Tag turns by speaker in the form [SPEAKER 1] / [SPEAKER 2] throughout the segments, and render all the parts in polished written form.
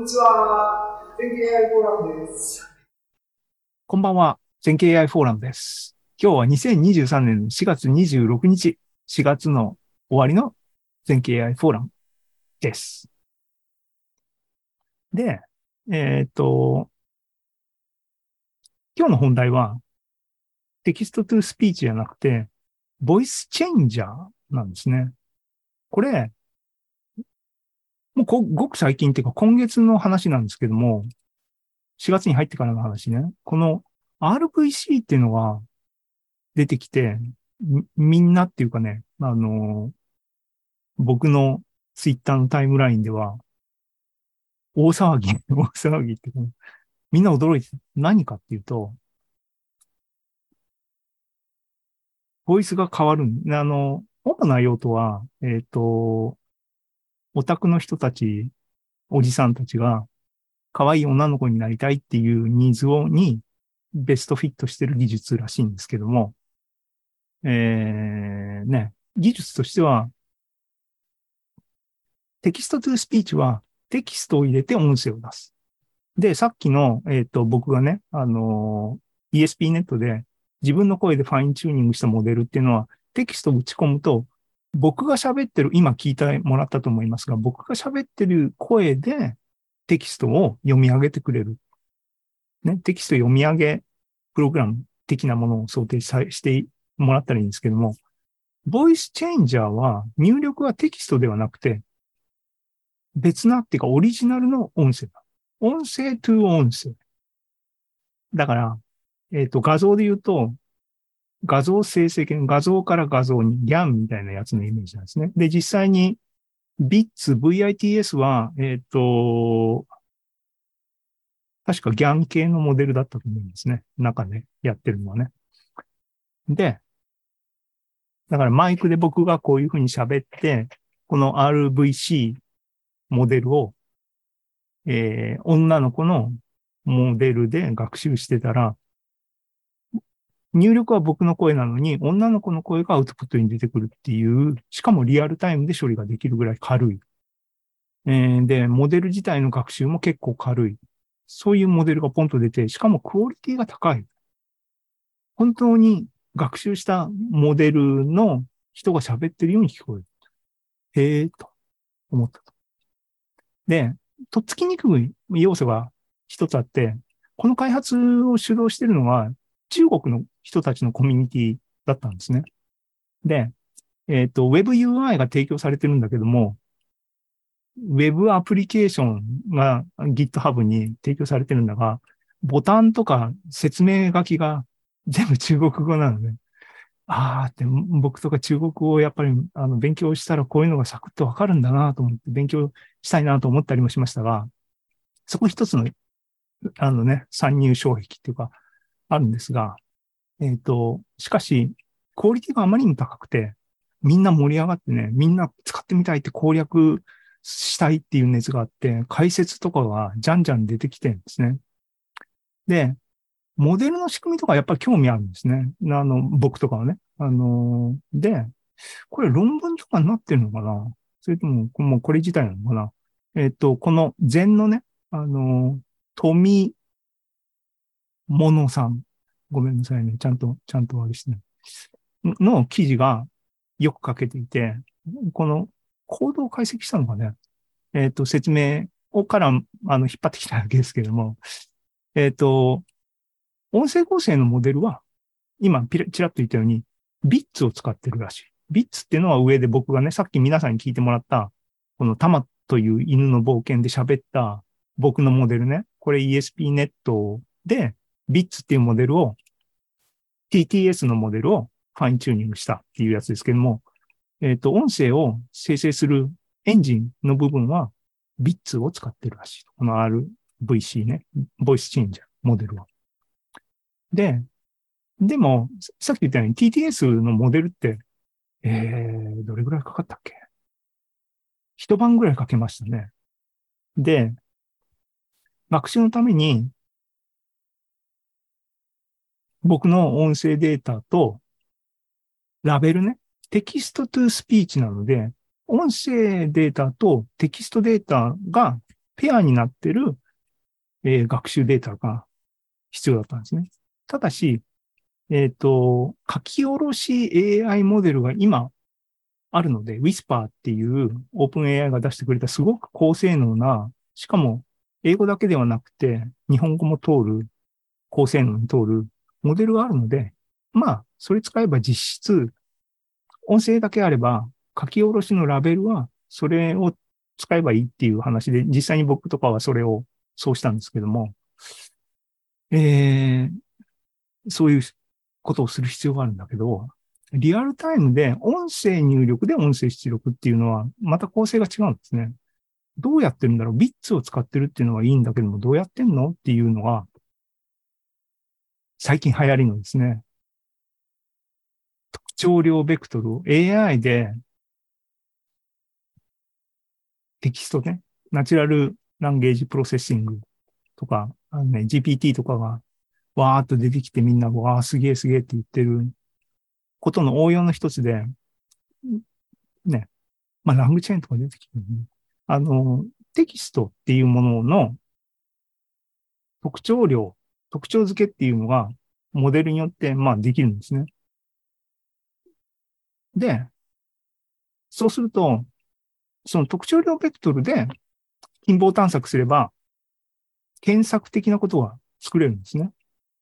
[SPEAKER 1] にちは。全経 AI フォーラムです。
[SPEAKER 2] こんばんは。全経 AI フォーラムです。今日は2023年の4月26日、4月の終わりの全経 AI フォーラムです。で、えっと、今日の本題はテキストトゥスピーチじゃなくて、ボイスチェンジャーなんですね。これ、もうごく最近っていうか今月の話なんですけども、4月に入ってからの話ね。この RVC っていうのが出てきて、みんなっていうかね、僕のツイッターのタイムラインでは、大騒ぎ、大騒ぎっていうか、みんな驚いて、何かっていうと、ボイスが変わる主な用途は、オタクの人たち、おじさんたちが、可愛い女の子になりたいっていうニーズに、ベストフィットしてる技術らしいんですけども、技術としては、テキストトゥースピーチは、テキストを入れて音声を出す。で、さっきの、僕がね、ESP ネットで自分の声でファインチューニングしたモデルっていうのは、テキストを打ち込むと、僕が喋ってる、今聞いてもらったと思いますが、僕が喋ってる声でテキストを読み上げてくれる。ね、テキスト読み上げプログラム的なものを想定してもらったらいいんですけども、ボイスチェンジャーは入力はテキストではなくて、別なっていうかオリジナルの音声だ。音声トゥ音声。だから、画像で言うと、画像生成系、画像から画像に GAN みたいなやつのイメージなんですね。で、実際に VITS は、確か GAN 系のモデルだったと思うんですね。中でやってるのはね。で、だからマイクで僕がこういうふうに喋って、この RVC モデルを、女の子のモデルで学習してたら、入力は僕の声なのに、女の子の声がアウトプットに出てくるっていう、しかもリアルタイムで処理ができるぐらい軽い。で、モデル自体の学習も結構軽い。そういうモデルがポンと出て、しかもクオリティが高い。本当に学習したモデルの人が喋ってるように聞こえる。へえ、と思ったと。で、とっつきにくい要素が一つあって、この開発を主導しているのは中国の人たちのコミュニティだったんですね。で、WebUI が提供されてるんだけども、Web アプリケーションが GitHub に提供されてるんだが、ボタンとか説明書きが全部中国語なので、ああって、僕とか中国語をやっぱり勉強したらこういうのがサクッとわかるんだなと思って勉強したいなと思ったりもしましたが、そこ一つの、参入障壁っていうか、あるんですが、しかし、クオリティがあまりにも高くて、みんな盛り上がってね、みんな使ってみたいって攻略したいっていう熱があって、解説とかがじゃんじゃん出てきてるんですね。で、モデルの仕組みとかやっぱり興味あるんですね。僕とかはね。で、これ論文とかになってるのかな、それとも、もうこれ自体なのかな。この禅のね、あの、富物さん。ごめんなさいね。ちゃんとあれしてね。の記事がよく書けていて、このコードを解析したのがね、説明をから、引っ張ってきただけですけれども、えっと、音声合成のモデルは、今、ちらっと言ったように、ビッツを使ってるらしい。ビッツっていうのは上で僕がね、さっき皆さんに聞いてもらった、このタマという犬の冒険で喋った僕のモデルね。これ ESP ネットで、ビッツっていうモデルを、TTS のモデルをファインチューニングしたっていうやつですけども、音声を生成するエンジンの部分は、ビッツを使ってるらしい。この RVC ね、ボイスチェンジャーモデルは。で、でも、さっき言ったように TTS のモデルって、どれぐらいかかったっけ？一晩ぐらいかけましたね。で、学習のために僕の音声データとラベルね、テキストトゥスピーチなので、音声データとテキストデータがペアになってる、学習データが必要だったんですね。ただし、書き下ろし AI モデルが今あるので、Whisper っていうオープン AI が出してくれたすごく高性能な、しかも英語だけではなくて、日本語も通る、高性能に通るモデルがあるので、まあ、それ使えば実質、音声だけあれば、書き下ろしのラベルは、それを使えばいいっていう話で、実際に僕とかはそれをそうしたんですけども、えそういうことをする必要があるんだけど、リアルタイムで音声入力で音声出力っていうのは、また構成が違うんですね。どうやってるんだろう？ビッツを使ってるっていうのはいいんだけども、どうやってんのっていうのが、最近流行りのですね、特徴量ベクトルを AI でテキストね、ナチュラルランゲージプロセッシングとか、GPT とかがわーっと出てきてみんなわーすげえすげえって言ってることの応用の一つで、ね、まあラングチェーンとか出てきてるね。あの、テキストっていうものの特徴量、特徴付けっていうのがモデルによってまあできるんですね。で、そうすると、その特徴量ベクトルで近傍探索すれば、検索的なことが作れるんですね。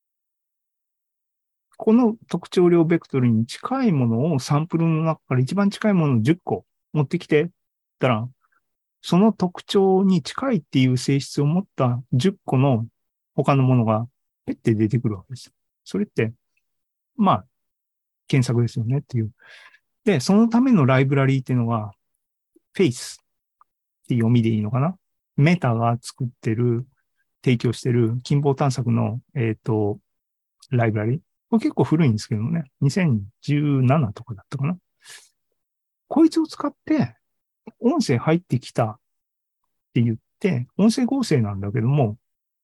[SPEAKER 2] この特徴量ベクトルに近いものをサンプルの中から一番近いものを10個持ってきて、たら、その特徴に近いっていう性質を持った10個の他のものがペッて出てくるわけです。それって、まあ、検索ですよねっていう。で、そのためのライブラリーっていうのが、Face っていう読みでいいのかな？メタが作ってる、提供してる近傍探索の、ライブラリ。これ結構古いんですけどね。2017とかだったかな。こいつを使って、音声入ってきたって言って、音声合成なんだけども、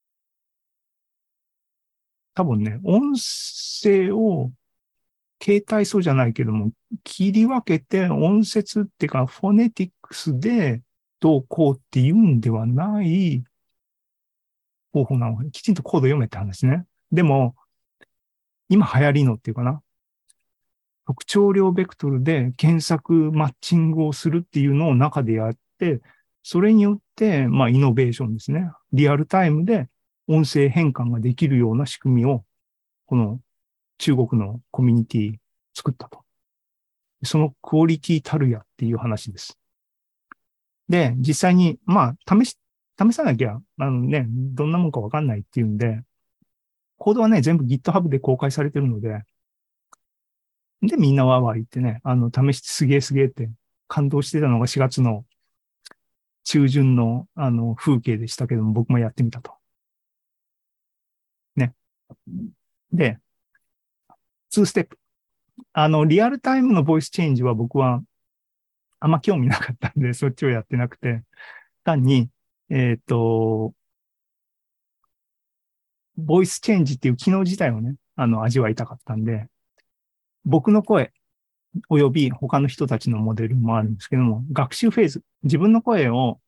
[SPEAKER 2] 多分ね、音声を形態素じゃないけども、切り分けて音節っていうか、フォネティクスでどうこうっていうんではない方法なので、きちんとコード読めって話ね。でも、今流行りのっていうかな、特徴量ベクトルで検索マッチングをするっていうのを中でやって、それによって、まあ、イノベーションですね。リアルタイムで音声変換ができるような仕組みを、この中国のコミュニティ作ったと。そのクオリティたるやっていう話です。で、実際に、まあ、試さなきゃ、どんなもんかわかんないっていうんで、コードはね、全部 GitHub で公開されてるので、で、みんなわーわー言ってね、試してすげえすげえって感動してたのが4月の中旬の、風景でしたけども、僕もやってみたと。ね。で、2ステップ。リアルタイムのボイスチェンジは僕はあんま興味なかったんで、そっちをやってなくて、単に、えっと、ボイスチェンジっていう機能自体をね、味わいたかったんで、僕の声、および他の人たちのモデルもあるんですけども、学習フェーズ、自分の声を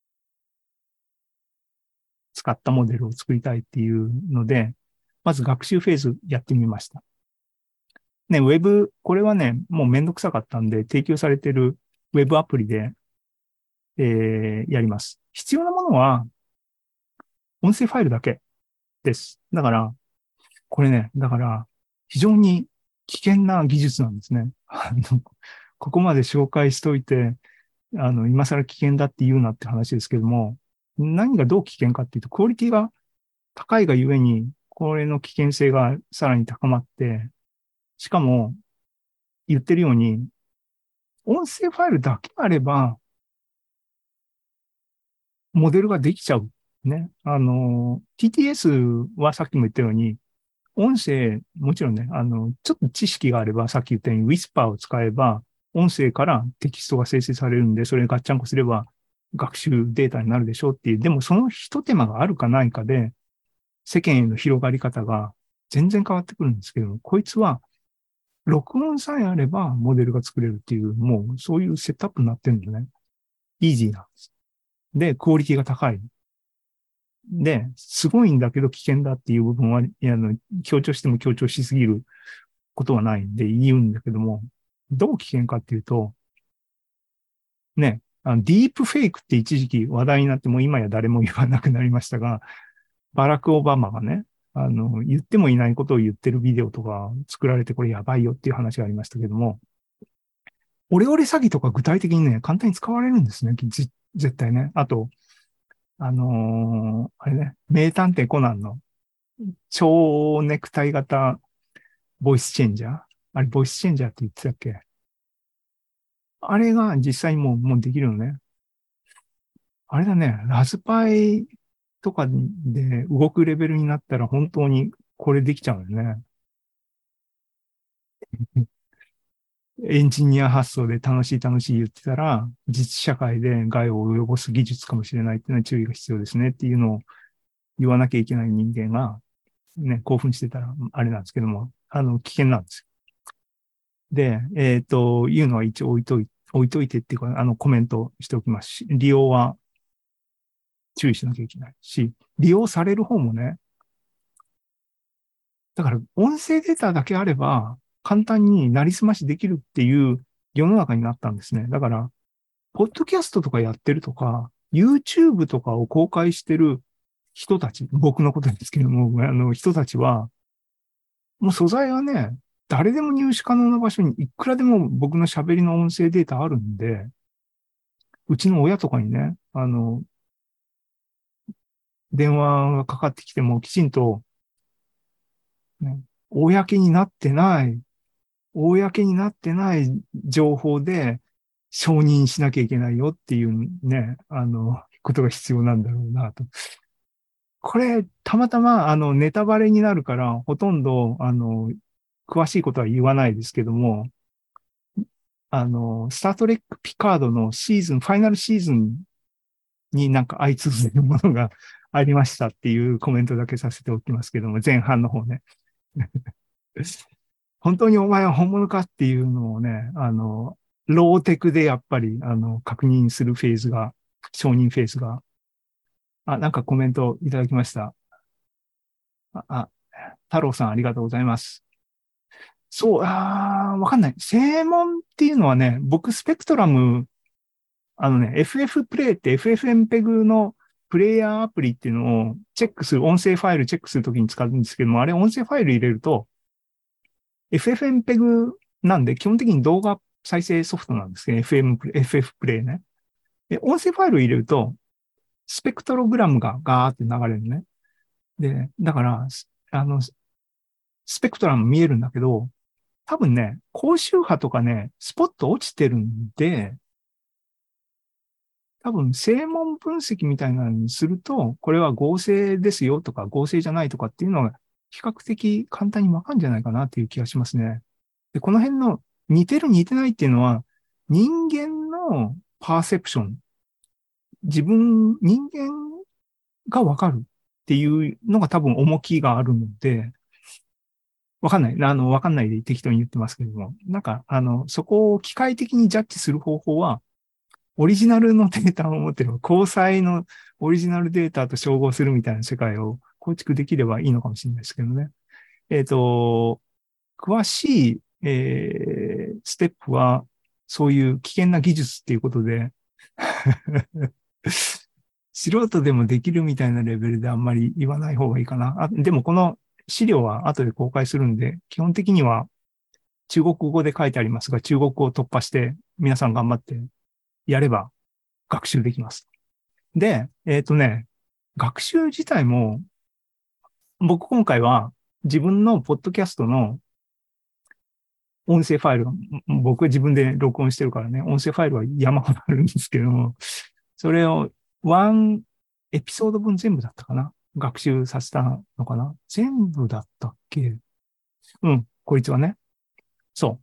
[SPEAKER 2] 使ったモデルを作りたいっていうので、まず学習フェーズやってみました。ね、ウェブ、これはね、もうめんどくさかったんで、提供されてるウェブアプリで、やります。必要なものは、音声ファイルだけです。だから、これね、だから、非常に危険な技術なんですね。ここまで紹介しといて、今更危険だって言うなって話ですけども、何がどう危険かっていうと、クオリティが高いがゆえに、これの危険性がさらに高まって、しかも、言ってるように、音声ファイルだけあれば、モデルができちゃう。ね。TTS はさっきも言ったように、音声、もちろんね、ちょっと知識があれば、さっき言ったように Whisper を使えば、音声からテキストが生成されるんで、それガッチャンコすれば学習データになるでしょうっていう、でもその一手間があるかないかで、世間への広がり方が全然変わってくるんですけど、こいつは録音さえあればモデルが作れるっていう、もうそういうセットアップになってるんでね。イージーなんです。で、クオリティが高い。 で、すごいんだけど危険だっていう部分は、強調しても強調しすぎることはないんで言うんだけども、どう危険かっていうと、ね、ディープフェイクって一時期話題になっても今や誰も言わなくなりましたが、バラク・オバマがね、言ってもいないことを言ってるビデオとか作られてこれやばいよっていう話がありましたけども、オレオレ詐欺とか具体的にね、簡単に使われるんですね。絶対ね。あと、あれね、名探偵コナンの超ネクタイ型ボイスチェンジャー、あれ、ボイスチェンジャーって言ってたっけ？あれが実際にもうできるのね。あれだね、ラズパイとかで動くレベルになったら本当にこれできちゃうよね。エンジニア発想で楽しい楽しい言ってたら、実社会で害を及ぼす技術かもしれないっていうのは注意が必要ですねっていうのを言わなきゃいけない人間が、ね、興奮してたらあれなんですけども、危険なんですよ。で、いうのは一応置いといてっていうか、コメントしておきますし、利用は注意しなきゃいけないし、利用される方もね、だから音声データだけあれば、簡単になりすましできるっていう世の中になったんですね。だから、ポッドキャストとかやってるとか、YouTube とかを公開してる人たち、僕のことですけども、人たちは、もう素材はね、誰でも入手可能な場所にいくらでも僕の喋りの音声データあるんで、うちの親とかにね、電話がかかってきてもきちんと、ね、公になってない、公になってない情報で承認しなきゃいけないよっていうね、ことが必要なんだろうなと。これ、たまたま、ネタバレになるから、ほとんど、詳しいことは言わないですけども、スタートレックピカードのファイナルシーズンになんか相通ずるものがありましたっていうコメントだけさせておきますけども、前半の方ね。本当にお前は本物かっていうのをね、ローテクでやっぱり、確認するフェーズが、承認フェーズが、なんかコメントいただきました。太郎さんありがとうございます。そう、わかんない。正門っていうのはね、僕、スペクトラム、FF プレイって FFmpeg のプレイヤーアプリっていうのをチェックする、音声ファイルチェックするときに使うんですけども、あれ音声ファイル入れると、FFmpeg なんで基本的に動画再生ソフトなんですけど、FF プレイね。で、音声ファイル入れると、スペクトログラムがガーって流れるね。で、だから、スペクトラム見えるんだけど、多分ね、高周波とかね、スポット落ちてるんで、多分、正門分析みたいなのにすると、これは合成ですよとか、合成じゃないとかっていうのが、比較的簡単にわかるんじゃないかなっていう気がしますね。で、この辺の似てる似てないっていうのは、人間のパーセプション、人間がわかるっていうのが多分重きがあるので、わかんない。わかんないで適当に言ってますけれども、なんか、そこを機械的にジャッジする方法は、オリジナルのデータを持ってれば、交際のオリジナルデータと照合するみたいな世界を構築できればいいのかもしれないですけどね。詳しい、ステップは、そういう危険な技術っていうことで素人でもできるみたいなレベルであんまり言わない方がいいかな。でもこの資料は後で公開するんで、基本的には中国語で書いてありますが、中国語を突破して皆さん頑張ってやれば学習できます。で、学習自体も、僕今回は自分のポッドキャストの音声ファイル、僕は自分で録音してるからね、音声ファイルは山ほどあるんですけども、それをワンエピソード分全部だったかな、学習させたのかな、全部だったっけ？うん、こいつはね。そう。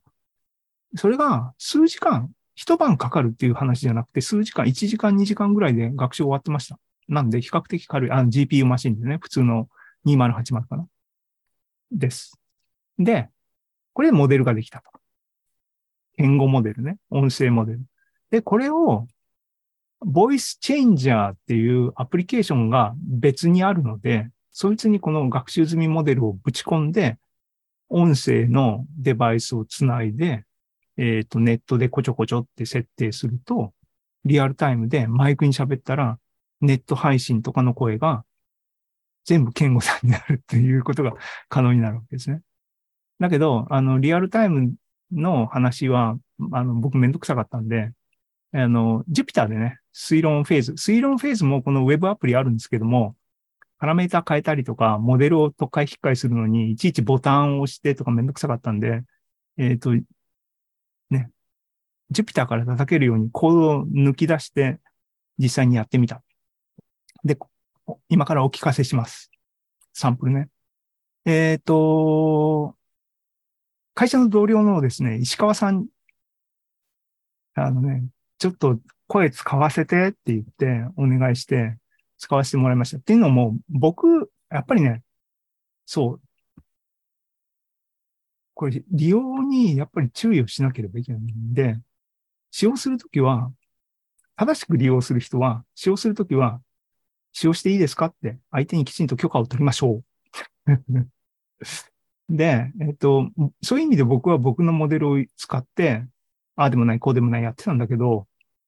[SPEAKER 2] それが数時間、一晩かかるっていう話じゃなくて、数時間、1時間、2時間ぐらいで学習終わってました。なんで、比較的軽い、GPU マシンでね、普通の2080かなです。で、これでモデルができたと。言語モデルね。音声モデル。で、これを、 ボイスチェンジャーっていうアプリケーションが別にあるので、そいつにこの学習済みモデルをぶち込んで、音声のデバイスをつないで、ネットでこちょこちょって設定すると、リアルタイムでマイクに喋ったら、ネット配信とかの声が全部健吾さんになるっていうことが可能になるわけですね。だけど、リアルタイムの話は、僕めんどくさかったんで、ジュピターでね、推論フェーズもこのウェブアプリあるんですけども、パラメータ変えたりとか、モデルを特化引っ換えするのに、いちいちボタンを押してとかめんどくさかったんで、ね、ジュピターから叩けるようにコードを抜き出して実際にやってみた。で、今からお聞かせします。サンプルね。会社の同僚のですね、石川さん、ちょっと声使わせてって言ってお願いして使わせてもらいました。っていうのも、僕、やっぱりね、そう、これ利用にやっぱり注意をしなければいけないんで、使用するときは、正しく利用する人は、使用するときは、使用していいですかって相手にきちんと許可を取りましょう。で、そういう意味で僕は僕のモデルを使って、ああでもない、こうでもないやってたんだけど、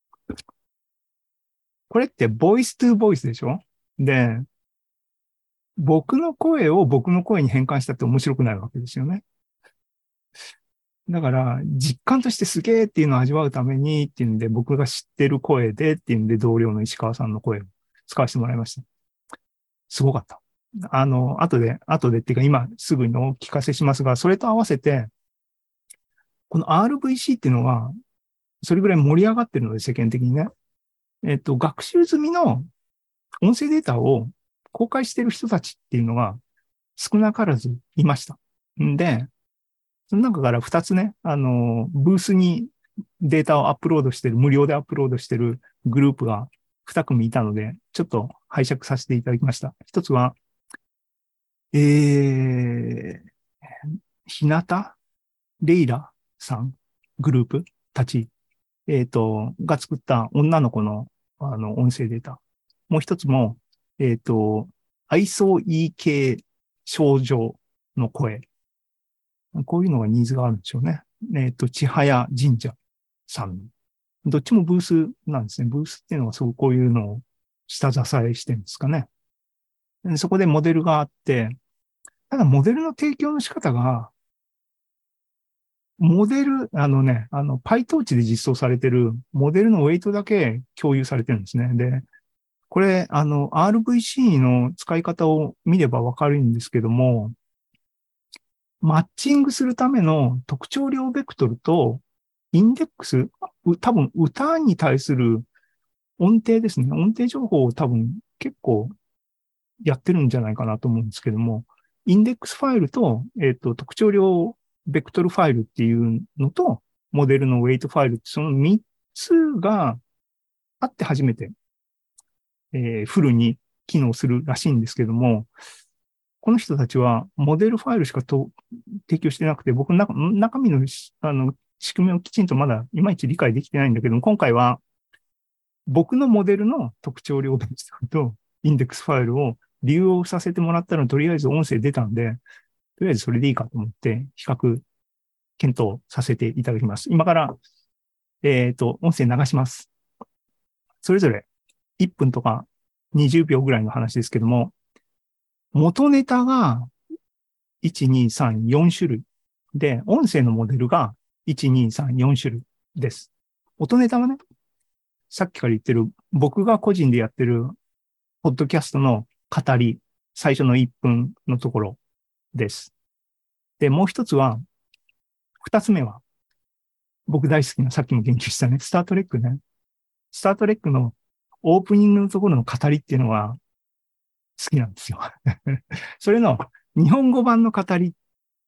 [SPEAKER 2] これってボイストゥーボイスでしょ？で、僕の声を僕の声に変換したって面白くないわけですよね。だから、実感としてすげーっていうのを味わうためにっていうんで、僕が知ってる声でっていうんで、同僚の石川さんの声を使わせてもらいました。すごかった。後でっていうか今すぐにお聞かせしますが、それと合わせて、この RVC っていうのは、それぐらい盛り上がってるので、世間的にね。学習済みの音声データを公開している人たちっていうのが少なからずいました。んで、その中から2つね、ブースにデータをアップロードしてる、無料でアップロードしてるグループが2組いたので、ちょっと拝借させていただきました。一つは、ひなたレイラさんグループたち、が作った女の子の、音声データ。もう一つも、愛想いい系症状の声。こういうのがニーズがあるんでしょうね。千早神社さん。どっちもブースなんですね。ブースっていうのはすごくこういうのを下支えしてるんですかね。そこでモデルがあって、ただモデルの提供の仕方が、モデル、PyTorch で実装されてるモデルのウェイトだけ共有されてるんですね。で、これ、RVC の使い方を見ればわかるんですけども、マッチングするための特徴量ベクトルとインデックス、多分歌に対する音程ですね。音程情報を多分結構やってるんじゃないかなと思うんですけども、インデックスファイルと、特徴量ベクトルファイルっていうのと、モデルのウェイトファイルって、その3つがあって初めて、フルに機能するらしいんですけども、この人たちはモデルファイルしか提供してなくて、僕の中身の仕組みをきちんとまだいまいち理解できてないんだけども、今回は僕のモデルの特徴量ベクトルとインデックスファイルを利用させてもらったのとりあえず音声出たんで、とりあえずそれでいいかと思って、比較、検討させていただきます。今から、音声流します。それぞれ1分とか20秒ぐらいの話ですけども、元ネタが1、2、3、4種類で、音声のモデルが1、2、3、4種類です。元ネタはね、さっきから言ってる、僕が個人でやってる、ポッドキャストの語り、最初の1分のところです。で、もう一つは、二つ目は、僕大好きな、さっきも言及したね、スタートレックね。スタートレックのオープニングのところの語りっていうのは好きなんですよ。それの日本語版の語り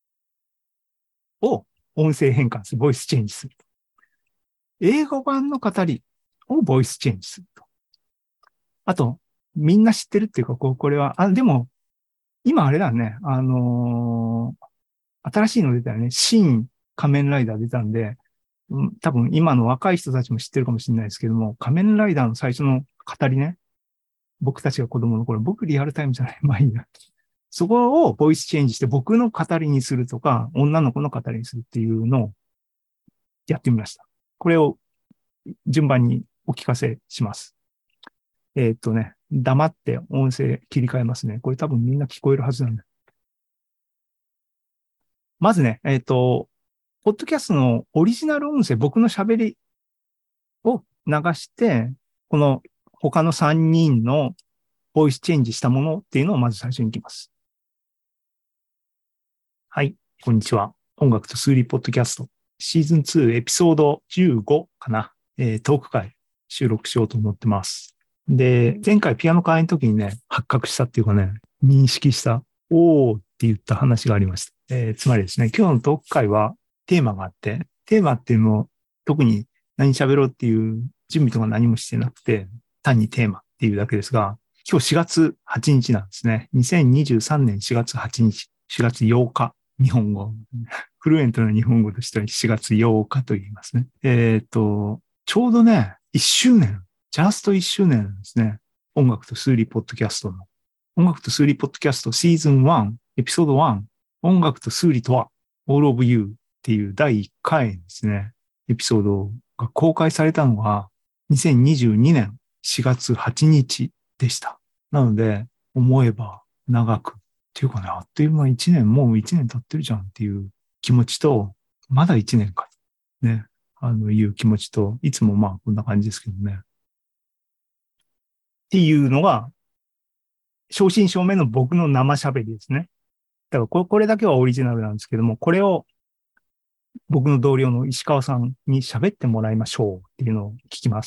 [SPEAKER 2] を音声変換する、ボイスチェンジする。英語版の語りをボイスチェンジすると。あと、みんな知ってるっていうか、これは、でも、今あれだね、新しいの出たよね。新仮面ライダー出たんで、 多分今の若い人たちも知ってるかもしれないですけども、仮面ライダーの最初の語りね、僕たちが子供の頃、僕リアルタイムじゃない、まあいいや。そこをボイスチェンジして僕の語りにするとか、女の子の語りにするっていうのをやってみました。これを順番にお聞かせします。黙って音声切り替えますね。これ多分みんな聞こえるはずなんだ。まずね、ポッドキャストのオリジナル音声、僕の喋りを流して、この他の3人のボイスチェンジしたものっていうのをまず最初に行きます。はい、こんにちは。音楽と数理ポッドキャスト、シーズン2エピソード15かな。トーク会収録しようと思ってます。で、前回ピアノ会の時にね、発覚したっていうかね、認識した、おーって言った話がありました。つまりですね、今日のトーク会はテーマがあって、テーマっていうのを特に何喋ろうっていう準備とか何もしてなくて、単にテーマっていうだけですが、今日4月8日なんですね。2023年4月8日、4月8日、日本語。フルエントな日本語としては4月8日と言いますね。ちょうどね、1周年、ジャスト1周年なんですね。音楽と数理ポッドキャストの。音楽と数理ポッドキャストシーズン1、エピソード1、音楽と数理とは、All of You っていう第1回ですね、エピソードが公開されたのが2022年4月8日でした。なので、思えば長く。っていうかね、あっという間1年、もう1年経ってるじゃんっていう気持ちと、まだ1年か。ね。いう気持ちと、いつもまあこんな感じですけどね。っていうのが、正真正銘の僕の生喋りですね。だからこれだけはオリジナルなんですけども、これを僕の同僚の石川さんに喋ってもらいましょうっていうのを聞きます。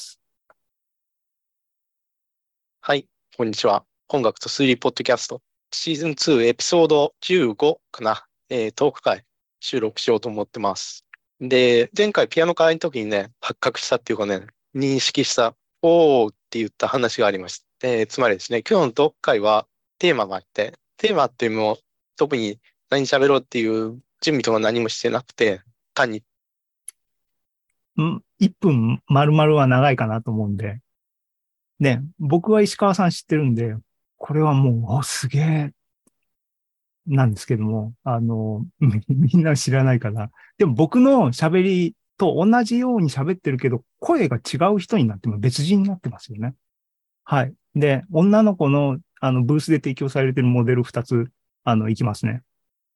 [SPEAKER 3] はい、こんにちは。音楽と数理ポッドキャスト、シーズン2エピソード15かな、トーク会収録しようと思ってます。で、前回ピアノ会の時にね、発覚したっていうかね、認識した、おーって言った話がありました。つまりですね、今日のトーク会はテーマがあって、テーマっていうのも特に何喋ろうっていう準備とか何もしてなくて、単に。
[SPEAKER 2] 1分丸々は長いかなと思うんで、ね、僕は石川さん知ってるんで、これはもう、すげえ、なんですけども、みんな知らないかな。でも僕の喋りと同じように喋ってるけど、声が違う人になっても別人になってますよね。はい。で、女の子の、ブースで提供されているモデル2つ、いきますね。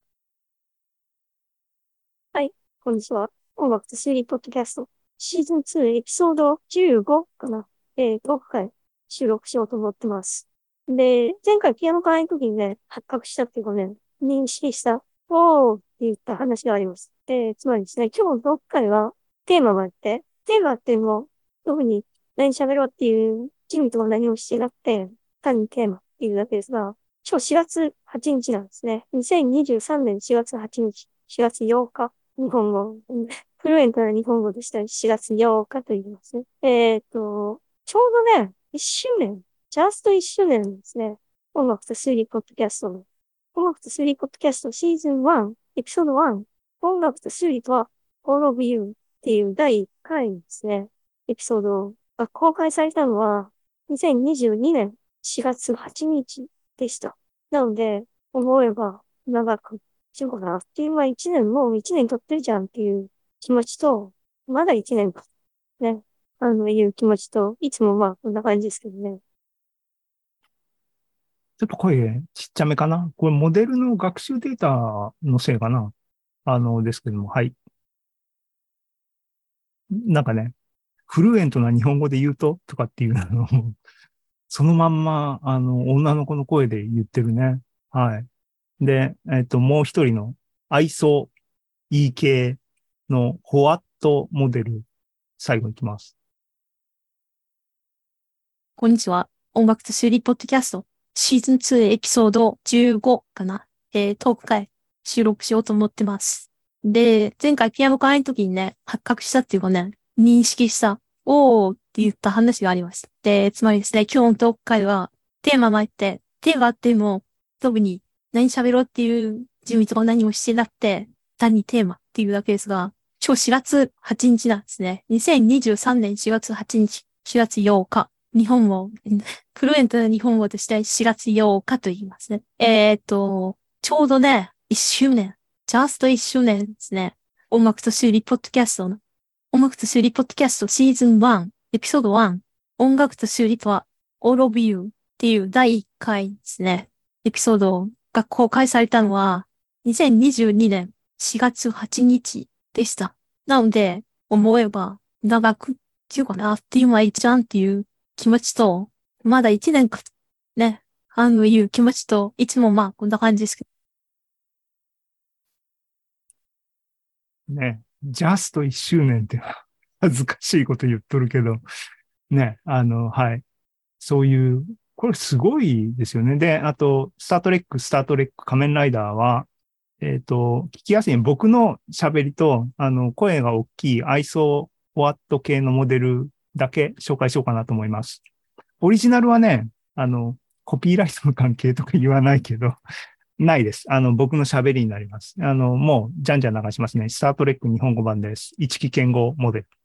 [SPEAKER 4] はい、こんにちは。音楽と数理ポッドキャスト、シーズン2エピソード15かな。トーク会収録しようと思ってます。で、前回ピアノ会の時にね、発覚したっていうかね、認識した、おーって言った話があります。つまりですね、今日のトーク会はテーマがあって、テーマっていうのも、特に何喋ろうっていう準備とか何もしてなくて、単にテーマっていうだけですが、今日4月8日なんですね。2023年4月8日、4月8日。日本語。フルエントな日本語でしたら4月8日と言いますね。ちょうどね、1周年、ジャスト1周年ですね。音楽と数理ポッドキャストの。音楽と数理ポッドキャストシーズン1、エピソード1、音楽と数理とは All of You っていう第1回ですね。エピソードが公開されたのは2022年4月8日でした。なので、思えば長くそうかな。っていう、まあ一年、もう一年経ってるじゃんっていう気持ちと、まだ一年か。ね。いう気持ちと、いつもまあこんな感じですけどね。
[SPEAKER 2] ちょっと声ちっちゃめかな。これモデルの学習データのせいかな。ですけども、はい。なんかね、フルエントな日本語で言うととかっていうのを、そのまんま、女の子の声で言ってるね。はい。で、もう一人の ISO EK のホワットモデル、最後いきます。
[SPEAKER 5] こんにちは。音楽と数理ポッドキャスト、シーズン2エピソード15かな。トーク会収録しようと思ってます。で、前回ピアノ会の時にね、発覚したっていうかね、認識した、おーって言った話があります。で、つまりですね、今日のトーク会は、テーマがあって、テーマあっても、特に何喋ろうっていう準備とか何もしてなくて、単にテーマっていうだけですが、 今日4月8日なんですね。2023年4月8日、4月8日。日本語、フルエントな日本語として4月8日と言いますね。ちょうどね、1周年。ジャスト1周年ですね。音楽と修理ポッドキャストの、音楽と修理ポッドキャストシーズン1、エピソード1、音楽と修理とは、All of You っていう第1回ですね。エピソードが公開されたのは、2022年4月8日でした。なので、思えば、長くっていうかな、あっという間いいじゃんっていう気持ちと、まだ1年か、ね、いう気持ちと、いつもまあ、こんな感じですけ
[SPEAKER 2] ね、ジャスト1周年って恥ずかしいこと言っとるけど、ね、はい。そういう、これすごいですよね。で、あと、スタートレック、仮面ライダーは、聞きやすい。僕の喋りと、声が大きい ISO フォワット系のモデルだけ紹介しようかなと思います。オリジナルはね、コピーライトの関係とか言わないけど、ないです。僕の喋りになります。もう、じゃんじゃん流しますね。スタートレック日本語版です。一木健吾モデル。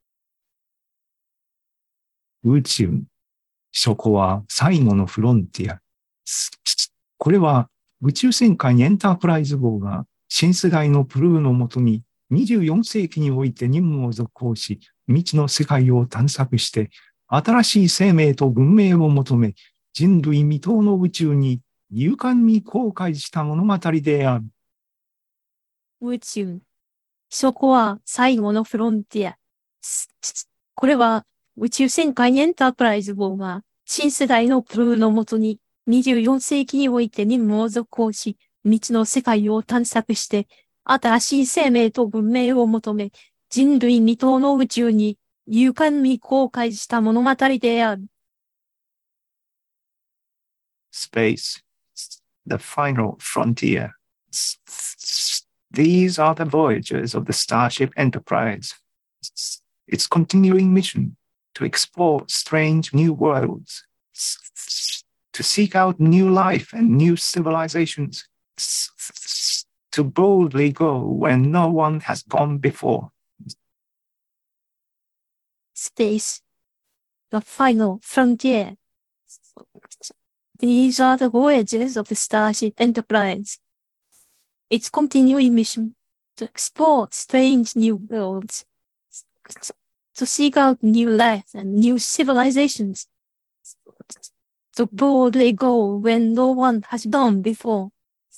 [SPEAKER 2] 宇宙。そこは最後のフロンティア。これは宇宙戦艦エンタープライズ号が新世代のプルーのもとに24世紀において任務を続行し、未知の世界を探索して、新しい生命と文明を求め、人類未踏の宇宙に勇敢に航海した物語である。
[SPEAKER 5] ど、宇宙。そこは最後のフロンティア。これは宇宙戦艦エンタープライズ号が新世代のプルーのもとに24世紀において任務を続行し、未知の世界を探索して、新しい生命と文明を求め、人類未踏の宇宙に勇敢に航海した物語である。
[SPEAKER 2] Space, the final frontier. These are the voyages of the Starship Enterprise. Its continuing mission to explore strange new worlds, to seek out new life and new civilizations, to boldly go where no one has gone before.
[SPEAKER 5] Space, the final frontier. These are the voyages of the Starship Enterprise. Its continuing mission to explore strange new worlds, to seek out new life and new civilizations, to boldly go when no one has gone before.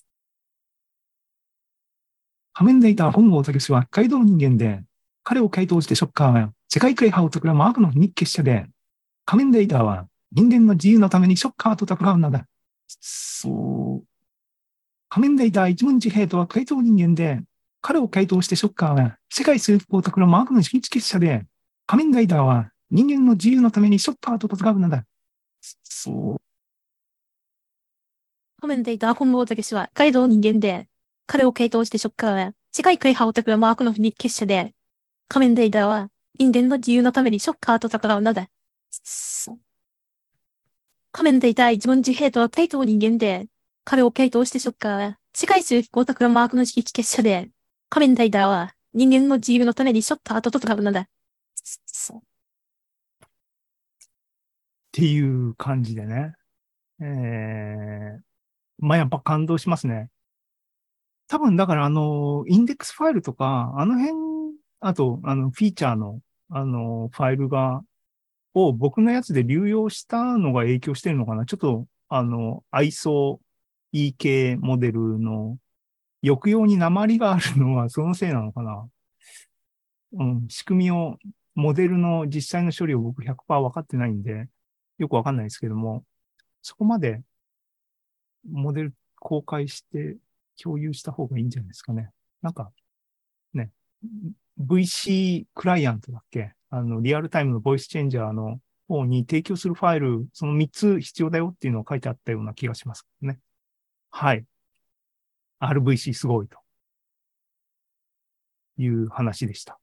[SPEAKER 2] 仮面ライダー本郷武は街道人間で、彼を解凍してショッカーは世界クレハを企む悪の日結社で、仮面ライダーは人間の自由のためにショッカーと戦うのだ。そう。仮面ライダー一文字兵とは改造人間で、彼を解凍してショッカーは世界征服を企む悪の日結社で、仮面ライダーは人間の自由のためにショッカーと戦うのだ。そう。
[SPEAKER 5] 仮面ライダー本郷武は街道人間で、彼を解凍してショッカーは世界クレハを企む悪の日結社で、仮面ライダーは人間の自由のためにショッカーと戦うのだ。仮面ライダー一文字兵とは怪盗人間で、彼を解凍してショッカーは世界征服を企む悪の日結社で、仮面ライダーは人間の自由のためにショッカーと戦うのだ。
[SPEAKER 2] っていう感じでね。まあ、やっぱ感動しますね。多分、だからインデックスファイルとか、あの辺、あと、フィーチャーの、ファイルを僕のやつで流用したのが影響してるのかな。ちょっと、ISO EK モデルの抑揚に鉛があるのはそのせいなのかな。うん、仕組みを、モデルの実際の処理を僕100%分かってないんで、よくわかんないですけども、そこまでモデル公開して共有した方がいいんじゃないですかね。なんか、ね、VC クライアントだっけ？リアルタイムのボイスチェンジャーの方に提供するファイル、その3つ必要だよっていうのを書いてあったような気がしますね。はい。RVC すごいという話でした。